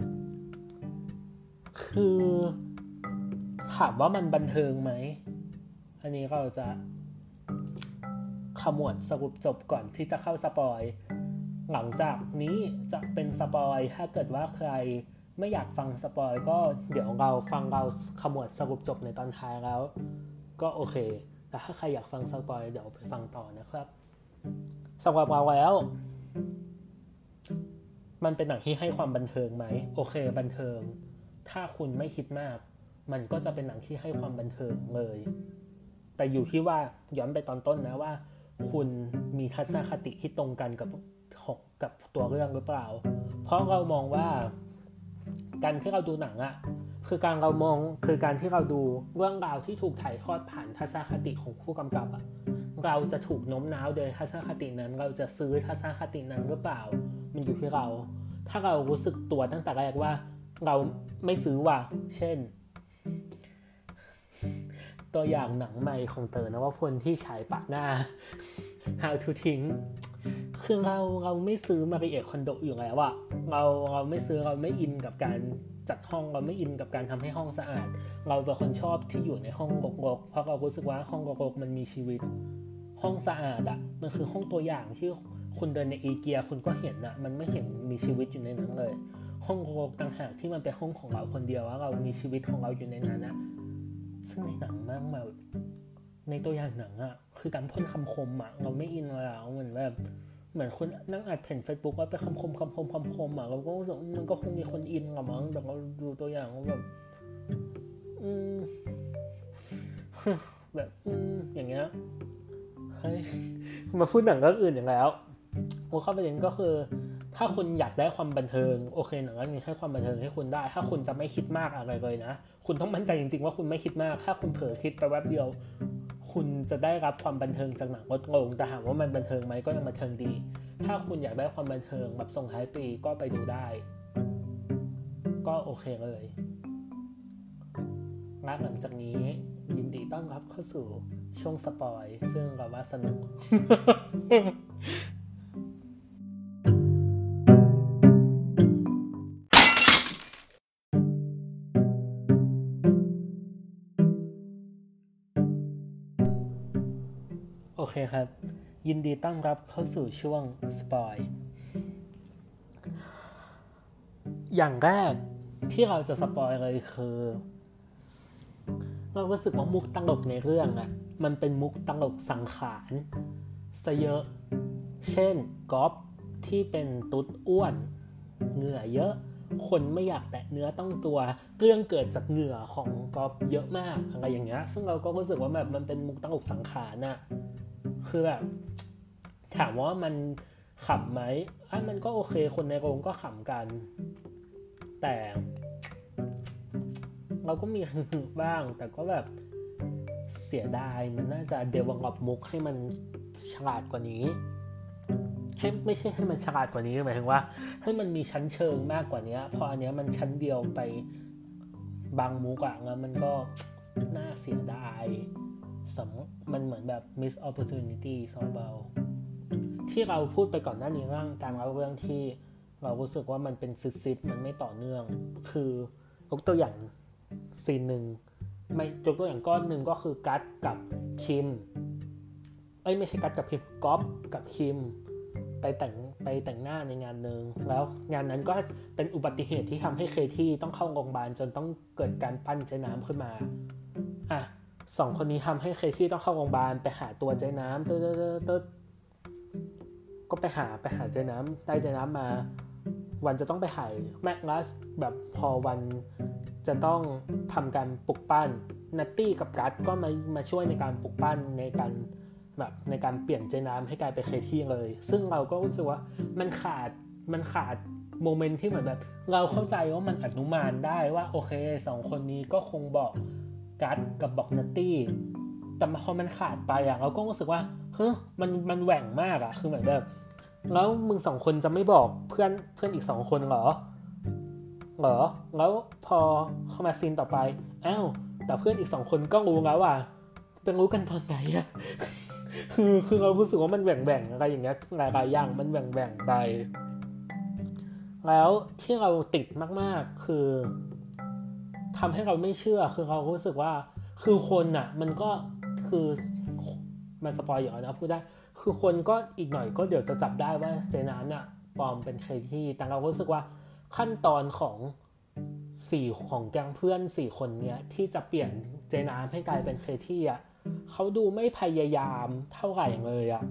คือถามว่ามันบันเทิงไหมอันนี้เราจะขมวดสรุปจบก่อนที่จะเข้าสปอยหลังจากนี้จะเป็นสปอยถ้าเกิดว่าใครไม่อยากฟังสปอยก็เดี๋ยวเราฟังเราขมวดสรุปจบในตอนท้ายแล้วก็โอเคแต่ถ้าใครอยากฟังสปอยเดี๋ยวไปฟังต่อนะครับสำหรับเราแล้วมันเป็นหนังที่ให้ความบันเทิงไหมโอเคบันเทิงถ้าคุณไม่คิดมากมันก็จะเป็นหนังที่ให้ความบันเทิงเลยแต่อยู่ที่ว่าย้อนไปตอนต้นนะว่าคุณมีทัศนคติที่ตรงกันกับกับตัวเรื่องหรือเปล่าเพราะเรามองว่าการที่เราดูหนังอะคือการเรามองคือการที่เราดูเรื่องราวที่ถูกถ่ายทอดผ่านทัศนคติของผู้กำกับอะเราจะถูกโน้มน้าวโดยทัศนคตินั้นเราจะซื้อทัศนคตินั้นหรือเปล่ามันอยู่ที่เราถ้าเรารู้สึกตัวตั้งแต่แรกว่าเราไม่ซื้อว่ะเช่นตัวอย่างหนังใหม่ของเต๋อนะว่าคนที่ฉายปะหน้า How to ทิ้งคือเราเราไม่ซื้อมาริเอะคอนโดอยู่แล้วอะเราเราไม่ซื้อเราไม่อินกับการจัดห้องเราไม่อินกับการทำให้ห้องสะอาดเราเป็นคนชอบที่อยู่ในห้องรกๆเพราะเรารู้สึกว่าห้องรกๆมันมีชีวิตห้องสะอาดอะมันคือห้องตัวอย่างที่คุณเดินในอีเกียคุณก็เห็นอะมันไม่เห็นมีชีวิตอยู่ในนั้นเลยห้องรกต่างหากที่มันเป็นห้องของเราคนเดียวว่าเรามีชีวิตของเราอยู่ในนั้นนะซึ่งในหนังมากแบบในตัวอย่างหนังอะคือการพ่นคำคมอะเราไม่อินเลยอะเหมือนแบบเหมือนคุณนั่งอัดแผ่น Facebook ว่าเป็นคำคมคำคมคำคมอะเราก็รู้สึกมันก็คงมีคนอินหรอมั้งแต่เราดูตัวอย่างแบบอืมแบบอืมอย่างเงี้ยเฮ้ยมาพูดหนังเรื่องอื่นอย่างแล้วหัวข้อประเด็นก็คือถ้าคุณอยากได้ความบันเทิงโอเคหนังเรื่องนี้ให้ความบันเทิงให้คุณได้ถ้าคุณจะไม่คิดมากอะไรเลยนะคุณต้องมั่นใจจริงๆว่าคุณไม่คิดมากถ้าคุณเผลอคิดไปแวบเดียวคุณจะได้รับความบันเทิงจากหนังลดลงแต่ถามว่ามันบันเทิงไหมก็ยังบันเทิงดีถ้าคุณอยากได้ความบันเทิงแบบส่งท้ายปีก็ไปดูได้ก็โอเคเลยและหลังจากนี้ยินดีต้อนรับเข้าสู่ช่วงสปอยซึ่งเราว่าสนุก โอเคครับยินดีต้อนรับเข้าสู่ช่วงสปอยอย่างแรกที่เราจะสปอยเลยคือเรารู้สึกว่ามุกตลกในเรื่องอ่ะมันเป็นมุกตลกสังขารซะเยอะเช่นก๊อฟที่เป็นตุ๊ดอ้วนเหงื่อเยอะคนไม่อยากแตะเนื้อต้องตัวเรื่องเกิดจากเหงื่อของก๊อฟเยอะมากอะไรอย่างเงี้ยซึ่งเราก็รู้สึกว่าแบบมันเป็นมุกตลกสังขารน่ะคือแบบถามว่ามันขำไหมอ่ะมันก็โอเคคนในโรงก็ขำกันแต่เราก็มีบ้างแต่ก็แบบเสียดายมันน่าจะเดเวลลอปมุกให้มันฉลาดกว่านี้ให้ไม่ใช่ให้มันฉลาดกว่านี้หมายถึงว่าให้มันมีชั้นเชิงมากกว่านี้พออันเนี้ยมันชั้นเดียวไปบางมุกอะแล้วมันก็น่าเสียดายมันเหมือนแบบ miss opportunity สำหรับเราที่เราพูดไปก่อนหน้านี้เรื่องการเล่าเรื่องที่เรารู้สึกว่ามันเป็นซิดๆมันไม่ต่อเนื่องคือยกตัวอย่างซีนหนึ่งไม่ยกตัวอย่างก้อนหนึ่งก็คือกัตกับคิมเอ้ยไม่ใช่กัตกับคิมก๊อฟกับคิมไปแต่งไปแต่งหน้าในงานนึงแล้วงานนั้นก็เป็นอุบัติเหตุที่ทำให้เคที่ต้องเข้าโรงพยาบาลจนต้องเกิดการปั้นเจ๊น้ำขึ้นมาอ่ะสองคนนี้ทำให้เคที่ต้องเข้าโรงพยาบาลไปหาตัวเจ๊น้ำเติร์ดก็ไปหาไปหาเจ๊น้ำได้เจ๊น้ำมาวันจะต้องไปถ่ายแม็กนัสแบบพอวันจะต้องทำการปลุกปั้นนัตตี้กับกัสก็มามาช่วยในการปลุกปั้นในการแบบในการเปลี่ยนเจน้ำให้กลายเป็นเคที่เลยซึ่งเราก็รู้สึกว่ามันขาดมันขาดโมเมนต์ที่เหมือนแบบเราเข้าใจว่ามันอนุมานได้ว่าโอเคสองคนนี้ก็คงบอกกัสกับบอกนัตตี้แต่พอมันขาดไปอ่ะเราก็รู้สึกว่าเฮ้ยมันมันแหว่งมากอ่ะคือเหมือนแบบแล้วมึงสองคนจะไม่บอกเพื่อนเพื่อนอีกสองคนเหรอเหรอแล้วพอเข้ามาซีนต่อไปอ้าวแต่เพื่อนอีกสองคนก็รู้แล้วว่าเป็นรู้กันตอนไหนอะ คือคือเรารู้สึกว่ามันแหว่งๆอะไรอย่างเงี้ยหลายๆอย่างมันแหว่งๆไปแล้วที่เราติดมากๆคือทำให้เราไม่เชื่อคือเรารู้สึกว่าคือคนอะมันก็คือมันสปอยล์อย่างนั้นนะพูดได้คือคนก็อีกหน่อยก็เดี๋ยวจะจับได้ว่าเจน้ำเนี่ยปลอมเป็นเคที่แต่เรารู้สึกว่าขั้นตอนของสี่ของแก๊งเพื่อนสี่คนเนี้ยที่จะเปลี่ยนเจน้ำให้กลายเป็นเคที่อ่ะเขาดูไม่พยายามเท่าไหร่เลยอ่ะ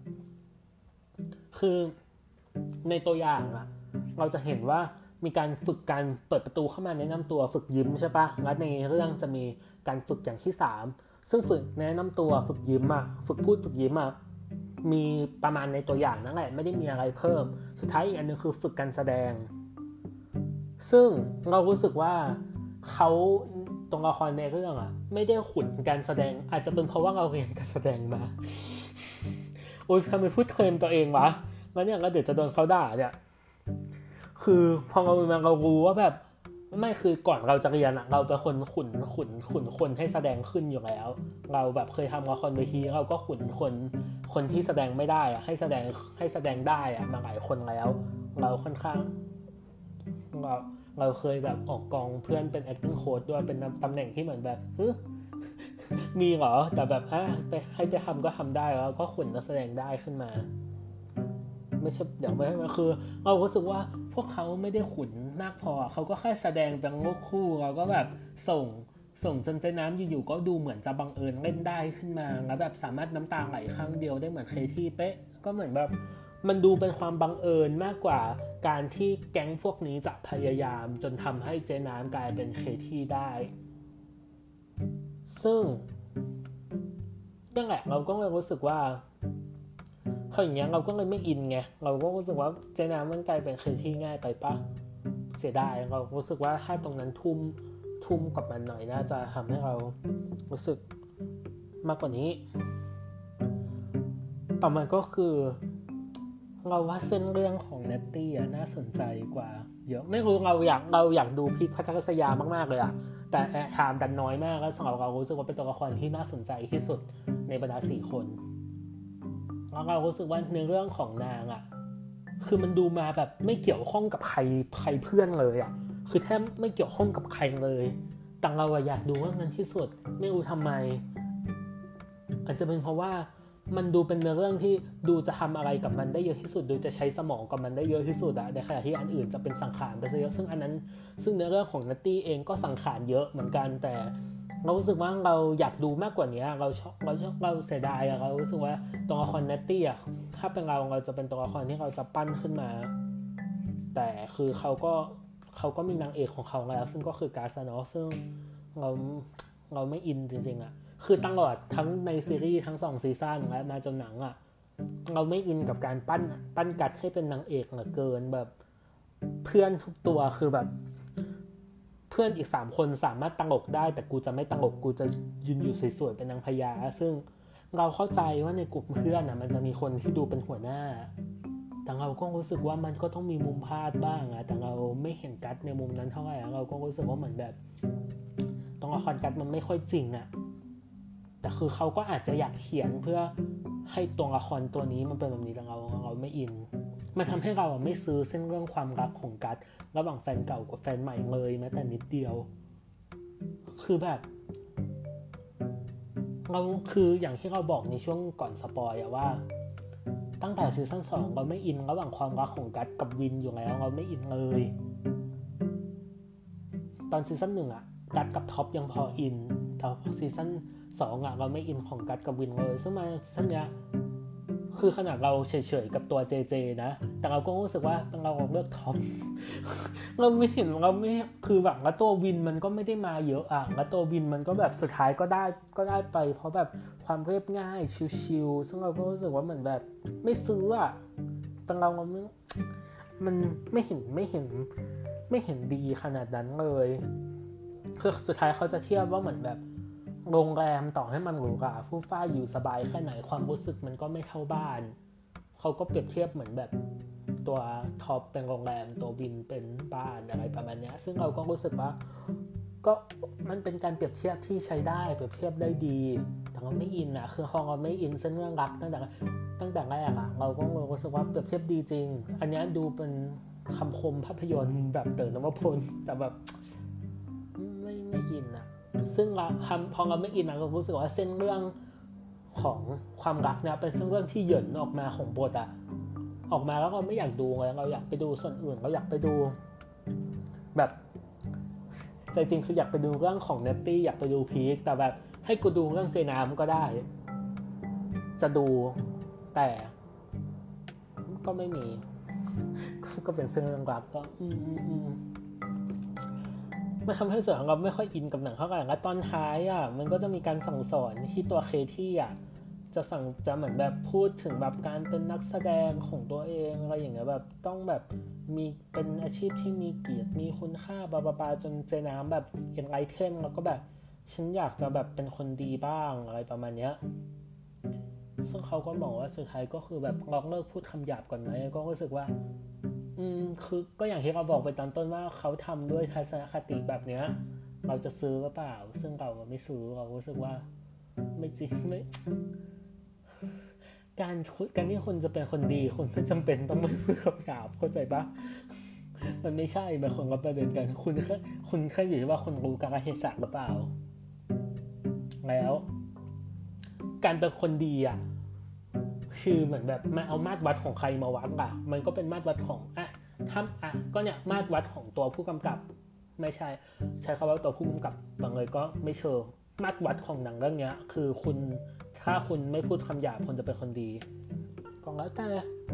คือในตัวอย่างอ่ะเราจะเห็นว่ามีการฝึกการเปิดประตูเข้ามาแนะนำตัวฝึกยิ้มใช่ปะแล้วในเรื่องจะมีการฝึกอย่างที่สามซึ่งฝึกแนะนำตัวฝึกยิ้มอ่ะฝึกพูดฝึกยิ้มอ่ะมีประมาณในตัวอย่างนั่นแหละไม่ได้มีอะไรเพิ่มสุดท้ายอีกอันนึงคือฝึกการแสดงซึ่งเรารู้สึกว่าเขาตัวละครในเรื่องอ่ะไม่ได้ขุนการแสดงอาจจะเป็นเพราะว่าเราเรียนการแสดงมาโอ๊ยทำไมพูดเคลมตัวเองวะแล้วเนี่ยก็เดี๋ยวจะโดนเขาด่าเนี่ยคือพอเรามาเรารู้ว่าแบบไม่คือก่อนเราจะเรียนอ่ะเราเป็นคนขุนขุนขุนคนให้แสดงขึ้นอยู่แล้วเราแบบเคยทำละครเวทีเราก็ขุนคนคนที่แสดงไม่ได้อ่ะให้แสดงให้แสดงได้อ่ะมาหลายคนแล้วเราค่อนข้างเราเราเคยแบบออกกองเพื่อนเป็น acting coach ด้วยเป็นตำแหน่งที่เหมือนแบบมีเหรอแต่แบบอ่ะไปให้ไปทำก็ทำได้แล้วก็ขุนนักแสดงได้ขึ้นมาไม่ใช่อย่างไม่ไม่คือเรารู้สึกว่าพวกเขาไม่ได้ขุนมากพอเขาก็แค่แสดงเป็นลูกคู่เราก็แบบส่งส่งจนใจน้ำอยู่ๆก็ดูเหมือนจะบังเอิญเล่นได้ขึ้นมาแล้วแบบสามารถน้ำตาไหลครั้งเดียวได้เหมือนเคที่เป๊ะก็เหมือนแบบมันดูเป็นความบังเอิญมากกว่าการที่แก๊งพวกนี้จะพยายามจนทำให้เจน้ำกลายเป็นเคที่ได้ซึ่งนั่นแหละเราก็เลยรู้สึกว่าเพราะอย่างเงี้ยเราก็เลยไม่อินไงเราก็รู้สึกว่าเจน้ำมันกลายเป็นเคที่ง่ายไปปะเสียดายเรารู้สึกว่าถ้าตรงนั้นทุ่มทุ่มกับมันหน่อยน่าจะทำให้เรารู้สึกมากกว่านี้ต่อมาก็คือเราว่าเส้นเรื่องของเนตตี้อ่ะน่าสนใจกว่าเยอะไม่รู้เราอยากเราอยากดูพีคพัทรศยามากๆเลยอ่ะแต่แอร์ไทม์ดันน้อยมากแล้วสำหรับเรารู้สึกว่าเป็นตัวละครที่น่าสนใจที่สุดในบรรดาสี่คนแล้วเรารู้สึกว่าในเรื่องของนางอ่ะคือมันดูมาแบบไม่เกี่ยวข้องกับใครใครเพื่อนเลยอ่ะคือแทบไม่เกี่ยวข้องกับใครเลยแต่เราอยากดูว่านั้นที่สุดไม่รู้ทำไมอาจจะเป็นเพราะว่ามันดูเป็นเรื่องที่ดูจะทำอะไรกับมันได้เยอะที่สุดดูจะใช้สมองกับมันได้เยอะที่สุดอะในขณะที่อันอื่นจะเป็นสังขารไปซะเยอะซึ่งอันนั้นซึ่งในเรื่องของนัตตี้เองก็สังขารเยอะเหมือนกันแต่เรารู้สึกว่าเราอยากดูมากกว่านี้เราชอบเราชอบเราเสียดายอะเรารู้สึกว่าตัวละครนัตตี้อะถ้าเป็นเราเราจะเป็นตัวละครที่เราจะปั้นขึ้นมาแต่คือเขาก็เขาก็มีนางเอกของเขาแล้วซึ่งก็คือกาซานอสซึ่งเราเราไม่อินจริงๆอะคือตลอดทั้งในซีรีส์ทั้งสองซีซั่นและมาจนหนังอ่ะเราไม่อินกับการปั้นปั้นกัดให้เป็นนางเอกเหลือเกินแบบเพื่อนทุกตัวคือแบบเพื่อนอีกสามคนสามารถตลกได้แต่กูจะไม่ตลกกูจะยืนอยู่สวยๆเป็นนางพญาซึ่งเราเข้าใจว่าในกลุ่มเพื่อนอ่ะมันจะมีคนที่ดูเป็นหัวหน้าแต่เราก็รู้สึกว่ามันก็ต้องมีมุมพลาดบ้างอะแต่เราไม่เห็นกัดในมุมนั้นเท่าไหร่เราก็รู้สึกว่าเหมือนแบบตัวละครกัดมันไม่ค่อยจริงอะแต่คือเขาก็อาจจะอยากเขียนเพื่อให้ตัวละครตัวนี้มันเป็นแบบนี้แต่เราเราไม่อินมันทำให้เราไม่ซื้อเส้นเรื่องความรักของกัดระหว่างแฟนเก่ากับแฟนใหม่เลยแม้แต่นิดเดียวคือแบบเราคืออย่างที่เราบอกในช่วงก่อนสปอยอะว่าตั้งแต่ซีซั่นสองเราไม่อินระหว่างความรักของกัดกับวินอยู่แล้วเราไม่อินเลยตอนซีซั่นหนึ่งอะกัดกับท็อปยังพออินแต่พอซีซั่นสองอ่ะเราไม่อินของกัดกับวินเลยซึ่งมาสัญญาคือขนาดเราเฉยๆกับตัวเจเจนะแต่เราก็รู้สึกว่าเราเลือกท็อป เราไม่เห็นเราไม่คือแบบแล้วตัววินมันก็ไม่ได้มาเยอะอ่ะแล้วตัววินมันก็แบบสุดท้ายก็ได้ก็ได้ไปเพราะแบบความเรียบง่ายชิลๆซึ่งเราก็รู้สึกว่าเหมือนแบบไม่ซื้ออ่ะแต่เราไม่มันไม่เห็นไม่เห็นไม่เห็นดีขนาดนั้นเลยคือสุดท้ายเขาจะเทียบว่าเหมือนแบบโรงแรมต่อให้มันหรูหราฟู่ฟ้าอยู่สบายแค่ไหนความรู้สึกมันก็ไม่เท่าบ้านเขาก็เปรียบเทียบเหมือนแบบตัวท็อปเป็นโรงแรมตัววินเป็นบ้านอะไรประมาณนี้ซึ่งเราก็รู้สึกว่าก็มันเป็นการเปรียบเทียบที่ใช้ได้เปรียบเทียบได้ดีแต่เราไม่อินอ่ะคือพอเราไม่อินเส้นเรื่องรักตั้งแต่ตั้งแต่แรกอ่ะเราก็รู้สึกว่าเปรียบเทียบดีจริงอันนี้ดูเป็นคำคมภาพยนตร์แบบเต๋อนวพลแต่แบบไม่ไม่อินอ่ะซึ่งเราพอเราไม่อินเรารู้สึกว่าเส้นเรื่องของความรักเนี่ยเป็นเส้นเรื่องที่เหยินออกมาของบทอะออกมาแล้วเราไม่อยากดูเลยเราอยากไปดูส่วนอื่นเราอยากไปดูแบบใจจริงคืออยากไปดูเรื่องของเนตตี้อยากไปดูพีคแต่แบบให้กูดูเรื่องเจน้ำก็ได้จะดูแต่ก็ไม่มีก็เป็นเรื่องรักก็อืมอืมอืมมันทำให้เสือของเราไม่ค่อยอินกับหนังเท่าไหร่แล้วตอนท้ายอ่ะมันก็จะมีการสั่งสอนที่ตัวเคที่อ่ะจะสั่งจะเหมือนแบบพูดถึงแบบการเป็นนักแสดงของตัวเองอะไรอย่างเงี้ยแบบต้องแบบมีเป็นอาชีพที่มีเกียรติมีคุณค่าบาบาบาจนเจน้ำแบบเอ็นไลเทนแล้วก็แบบฉันอยากจะแบบเป็นคนดีบ้างอะไรประมาณเนี้ยซึ่งเขาก็บอกว่าสุดท้ายก็คือแบบลองเลิกพูดคำหยาบก่อนไหมก็รู้สึกว่าอืมคือก็อย่างที่เราบอกไปตอนต้นว่าเขาทำด้วยทัศนคติแบบเนี้ยเราจะซื้อหรือเปล่าซึ่งเราไม่ซื้อเรารู้สึกว่าไม่จริงไม่การการที่คุณจะเป็นคนดีคุณไม่จำเป็นต้องไม่พูดคำหยาบเข้าใจปะมันไม่ใช่บางคนก็ประเด็นกันคุณแค่คุณแค่อยู่ที่ว่าคุณรู้กาลเทศะหรือเปล่าแล้วการเป็นคนดีอ่ะคือเหมือนแบบมาเอามาตรวัดของใครมาวัดอ่ะมันก็เป็นมาตรวัดของอ่ะทำอ่ะก็เนี่ยมาตรวัดของตัวผู้กำกับไม่ใช่ใช้คำว่าตัวผู้กำกับบางเลยก็ไม่เชิงมาตรวัดของหนังเรื่องนี้คือคุณถ้าคุณไม่พูดคำหยาบคุณจะเป็นคนดีก็แล้วแต่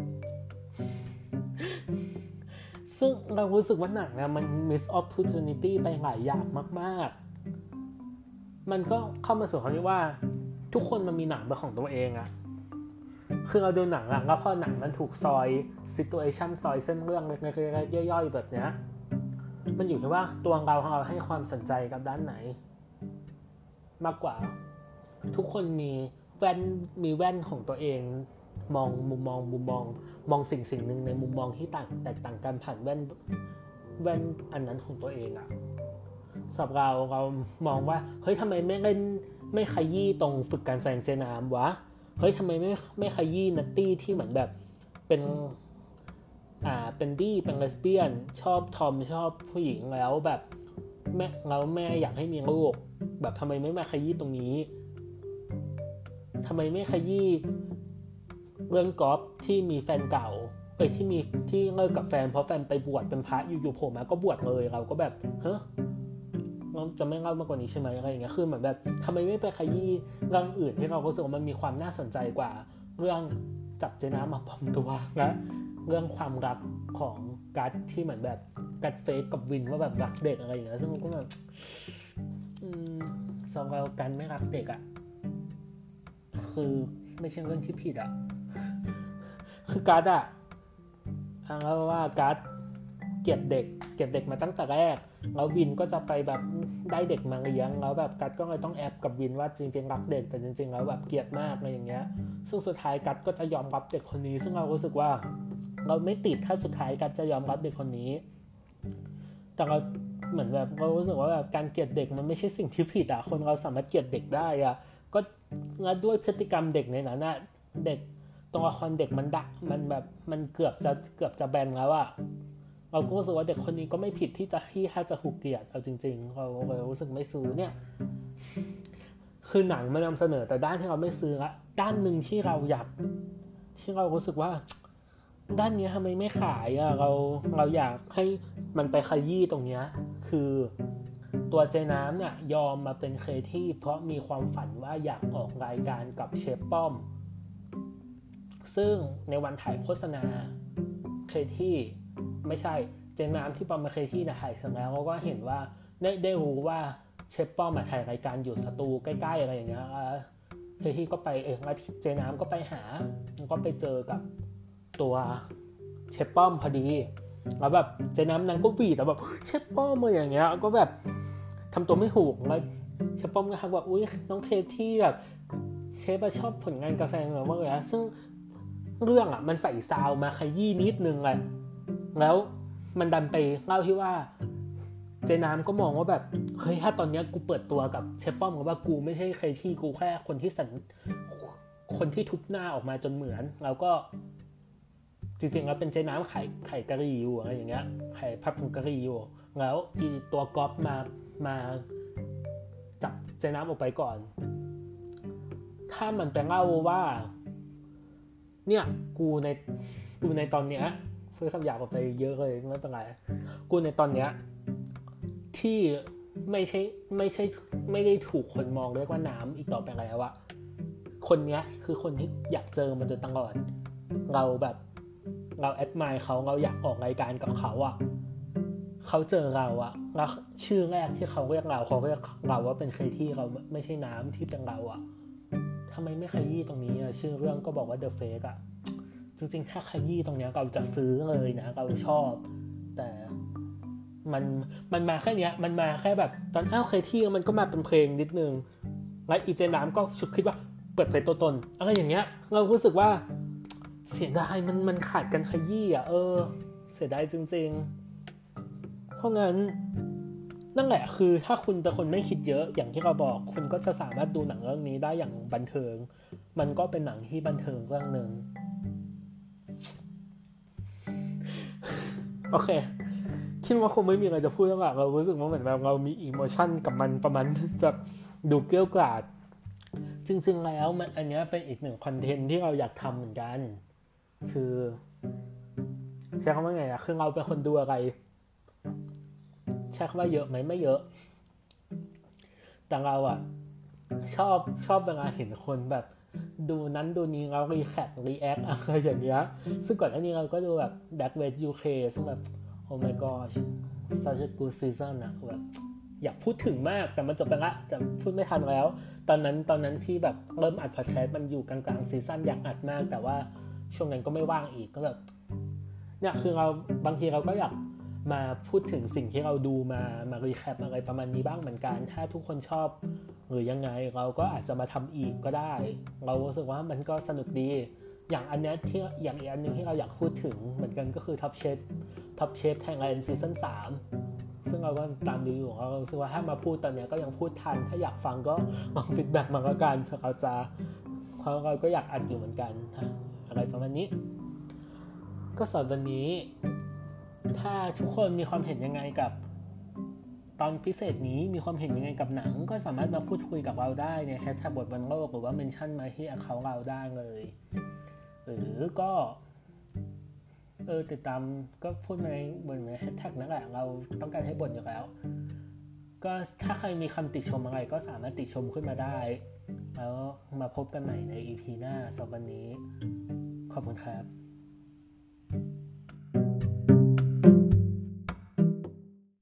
ซึ่งเรารู้สึกว่าหนังอะมัน miss opportunity ไปหลายอย่างมากๆมันก็เข้ามาสู่คำที่ว่าทุกคนมันมีหนังเป็นของตัวเองอะคือเราดูหนังอะแล้วพอหนังมันถูกซอย situation ซอยเส้นเรื่องเล็กๆย่อยๆแบบเนี้ยมันอยู่ที่ว่าตัวเราของเราให้ความสนใจกับด้านไหนมากกว่าทุกคนมีแว่นมีแว่นของตัวเองมองมุมมองมุมมองมองสิ่งสิ่งหนึ่งในมุมมองที่ต่างแตกต่างกันผ่านแว่นแว่นอันนั้นของตัวเองอะสำหรับเราเรามองว่าเฮ้ยทำไมไม่เล่นไม่ขยี้ตรงฝึกการแสดงเจน้ำวะเฮ้ยทำไมไม่ไม่ขยี้นัตตี้ที่เหมือนแบบเป็นอ่าเป็นดี้เป็นเลสเบี้ยนชอบทอมชอบผู้หญิงแล้วแบบแม่แล้วแม่อยากให้มีลูกแบบทำไมไม่มาขยี้ตรงนี้ทำไมไม่ขยี้เรื่องกอล์ฟที่มีแฟนเก่าเอ้ยที่มีที่เลิกกับแฟนเพราะแฟนไปบวชเป็นพระอยู่ๆโผล่มาก็บวชเลยเราก็แบบเฮ้ยเราจะไม่เล่ามากกว่านี้ใช่ไหมอะไรอย่างเงี้ยคือเหมือนแบบทำไมไม่ไปขยี้เรื่องอื่นที่เรารู้สึกว่ามันมีความน่าสนใจกว่าเรื่องจับเจน้ำมาปลอมตัวและเรื่องความรักของกัสที่เหมือนแบบกัสเฟซกับวินว่าแบบรักเด็กอะไรอย่างเงี้ยซึ่งก็แบบอืมสำหรับการไม่รักเด็กอ่ะคือไม่ใช่เรื่องที่ผิดอ่ะคือกัสอ่ะเอาว่ากัสเกลียดเด็กเกลียดเด็กมาตั้งแต่แรกแล้ววินก็จะไปแบบได้เด็กมาเลี้ยงแล้วแบบกัสก็เลยต้องแอบกับวินว่าจริงๆรักเด็กแต่จริงๆแล้วแบบเกลียดมากอะไรอย่างเงี้ยซึ่งสุดท้ายกัสก็จะยอมรับเด็กคนนี้ซึ่งเรารู้สึกว่าเราไม่ติดถ้าสุดท้ายกัสจะยอมรับเด็กคนนี้แต่เราเหมือนแบบเรารู้สึกว่าแบบการเกลียดเด็กมันไม่ใช่สิ่งที่ผิดอ่ะคนเราสามารถเกลียดเด็กได้อ่ะก็แล้วด้วยพฤติกรรมเด็กในนั้นน่ะเด็กตัวละครเด็กมันดะมันแบบมันเกือบจะเกือบจะแบนแล้วอ่ะเราก็รู้สึกว่าเด็กคนนี้ก็ไม่ผิดที่จะที่ถ้าจะถูกเกลียดเอาจริงๆเราเรารู้สึกไม่ซื้อเนี่ยคือหนังมันนำเสนอแต่ด้านที่เราไม่ซื้อละด้านนึงที่เราอยากที่เรารู้สึกว่าด้านนี้ทำไมไม่ขายอ่ะเราเราอยากให้มันไปขยี้ตรงเนี้ยคือตัวเจน้ำเนี่ยยอมมาเป็นครีเอทีฟเพราะมีความฝันว่าอยากออกรายการกับเชฟป้อมซึ่งในวันถ่ายโฆษณาครีเอทีฟไม่ใช่เจน้ำที่ป้อมมาครีเอทีฟเนี่ยถ่ายเสร็จแล้วก็เห็นว่าได้ได้รู้ว่าเชฟป้อมมาถ่ายรายการอยู่สตูใกล้ๆอะไรอย่างเงี้ยครีเอทีฟก็ไปเองแล้วเจน้ำก็ไปหาก็ไปเจอกับตัวเชฟป้อมพอดีแล้วแบบเจน้ำนางก็วีดแล้วแบบเชฟป้อมมาอย่างเงี้ยก็แบบทำตัวไม่ถูกแล้วเชฟป้อมก็ทักว่าอุ้ยน้องเคที่แบบเชฟชอบผลงานการแสดงมากเลยนะซึ่งเรื่องอ่ะมันใส่ซาวมาขยี้นิดนึงเลยแล้วมันดันไปเล่าที่ว่าเจน้ำก็มองว่าแบบเฮ้ยถ้าตอนนี้กูเปิดตัวกับเชฟป้อมกับว่ากูไม่ใช่เคที่กูแค่คนที่สันคนที่ทุบหน้าออกมาจนเหมือนแล้วก็จริงๆแล้วเป็นเจน้ำไข่ไข่กะหรี่อยู่อะไรอย่างเงี้ยไข่ผัดผงกะหรี่อยู่แล้วอีตัวก๊อฟมามาจับเจน้ำออกไปก่อนถ้ามันไปเล่าว่าเนี่ยกูในกูในตอนเนี้ยเพื่อคำหยาบออกไปเยอะเลยไม่เป็นไรกูในตอนเนี้ยที่ไม่ใช่ไม่ใช่ไม่ได้ถูกคนมองเรียกว่าน้ำอีกต่อไปแล้วอะคนเนี้ยคือคนที่อยากเจอมันจนตลอดเราแบบเราแอดมายเขาเราอยากออกรายการกับเขาอะเขาเจอเราอะแล้วชื่อแรกที่เขาเรียกเราเขาเรียกเราว่าเป็นเคที่เราไม่ใช่น้ำที่เป็นเราอะทำไมไม่ขยี้ตรงนี้อะชื่อเรื่องก็บอกว่า The Fake อะจริงๆถ้าขยี้ตรงนี้เราจะซื้อเลยนะเราชอบแต่มันมันมาแค่เนี้ยมันมาแค่แบบตอนอ้าวเคที่มันก็มาเป็นเพลงนิดนึงแล้วอีเจน้ำก็ชุดคิดว่าเปิดเผยตัวตนอะไรอย่างเงี้ยเรารู้สึกว่าเสียดายมันมันขาดกันขยี้อ่ะเออเสียดายจริงๆเพราะงั้นนั่นแหละคือถ้าคุณเป็นคนไม่คิดเยอะอย่างที่เราบอกคุณก็จะสามารถดูหนังเรื่องนี้ได้อย่างบันเทิงมันก็เป็นหนังที่บันเทิงเรื่องนึงโอเคคิดว่าคงไม่มีอะไรจะพูดแล้วอะเรารู้สึกว่าเหมือนแบบเรามีอิโมชั่นกับมันประมาณแบบดูเกลี้ยกล่อมจริงๆแล้วมันอันนี้เป็นอีกหนึ่งคอนเทนต์ที่เราอยากทำเหมือนกันคือใช้คำว่าไงอะคือเราเป็นคนดูอะไรใช้คำว่าเยอะไหมไม่เยอะแต่เราอะชอบชอบเวลาเห็นคนแบบดูนั้นดูนี้เรารีแคปรีแอคอะไรอย่างเงี้ยซึ่งก่อนหน้านี้เราก็ดูแบบ Dark West ยู เค ซึ่งแบบ oh my gosh such a good season อะแบบอยากพูดถึงมากแต่มันจบไปละแต่พูดไม่ทันแล้วตอนนั้นตอนนั้นที่แบบเริ่มอัดพอดแคสต์มันอยู่กลางๆซีซั่นอยากอัดมากแต่ว่าช่วงนั้นก็ไม่ว่างอีกก็แบบเนี่ยคือเราบางทีเราก็อยากมาพูดถึงสิ่งที่เราดูมามารีแคปอะไรประมาณนี้บ้างเหมือนกันถ้าทุกคนชอบหรือยังไงเราก็อาจจะมาทำอีกก็ได้เรารู้สึกว่ามันก็สนุกดีอย่างอันนี้ที่อย่างอีกอันนึงที่เราอยากพูดถึงเหมือนกันก็คือ Top Chef Top Chef Thailand ซีซั่นสามซึ่งเราก็ตามดูอยู่เรารู้สึกว่าถ้ามาพูดตอนนี้ก็ยังพูดทันถ้าอยากฟังก็ลองฟีดแบ็กมาก็กันเพื่อเราจะเพราะเราก็อยากอัดอยู่เหมือนกันอะไรประมาณนี้ก็สำหรับวันนี้ถ้าทุกคนมีความเห็นยังไงกับตอนพิเศษนี้มีความเห็นยังไงกับหนังก็สามารถมาพูดคุยกับเราได้ในแฮชแท็กบทบนโลกหรือว่าเมนชั่นมาที่แอคเคาท์เราได้เลยหรือก็เออติดตามก็พูดในบนแฮชแท็กนั่นแหละเราต้องการให้บ่นอยู่แล้วก็ถ้าใครมีคำติชมอะไรก็สามารถติชมขึ้นมาได้แล้วมาพบกันใหม่ใน อี พี หน้าสำหรับวันนี้ขอบคุณครับ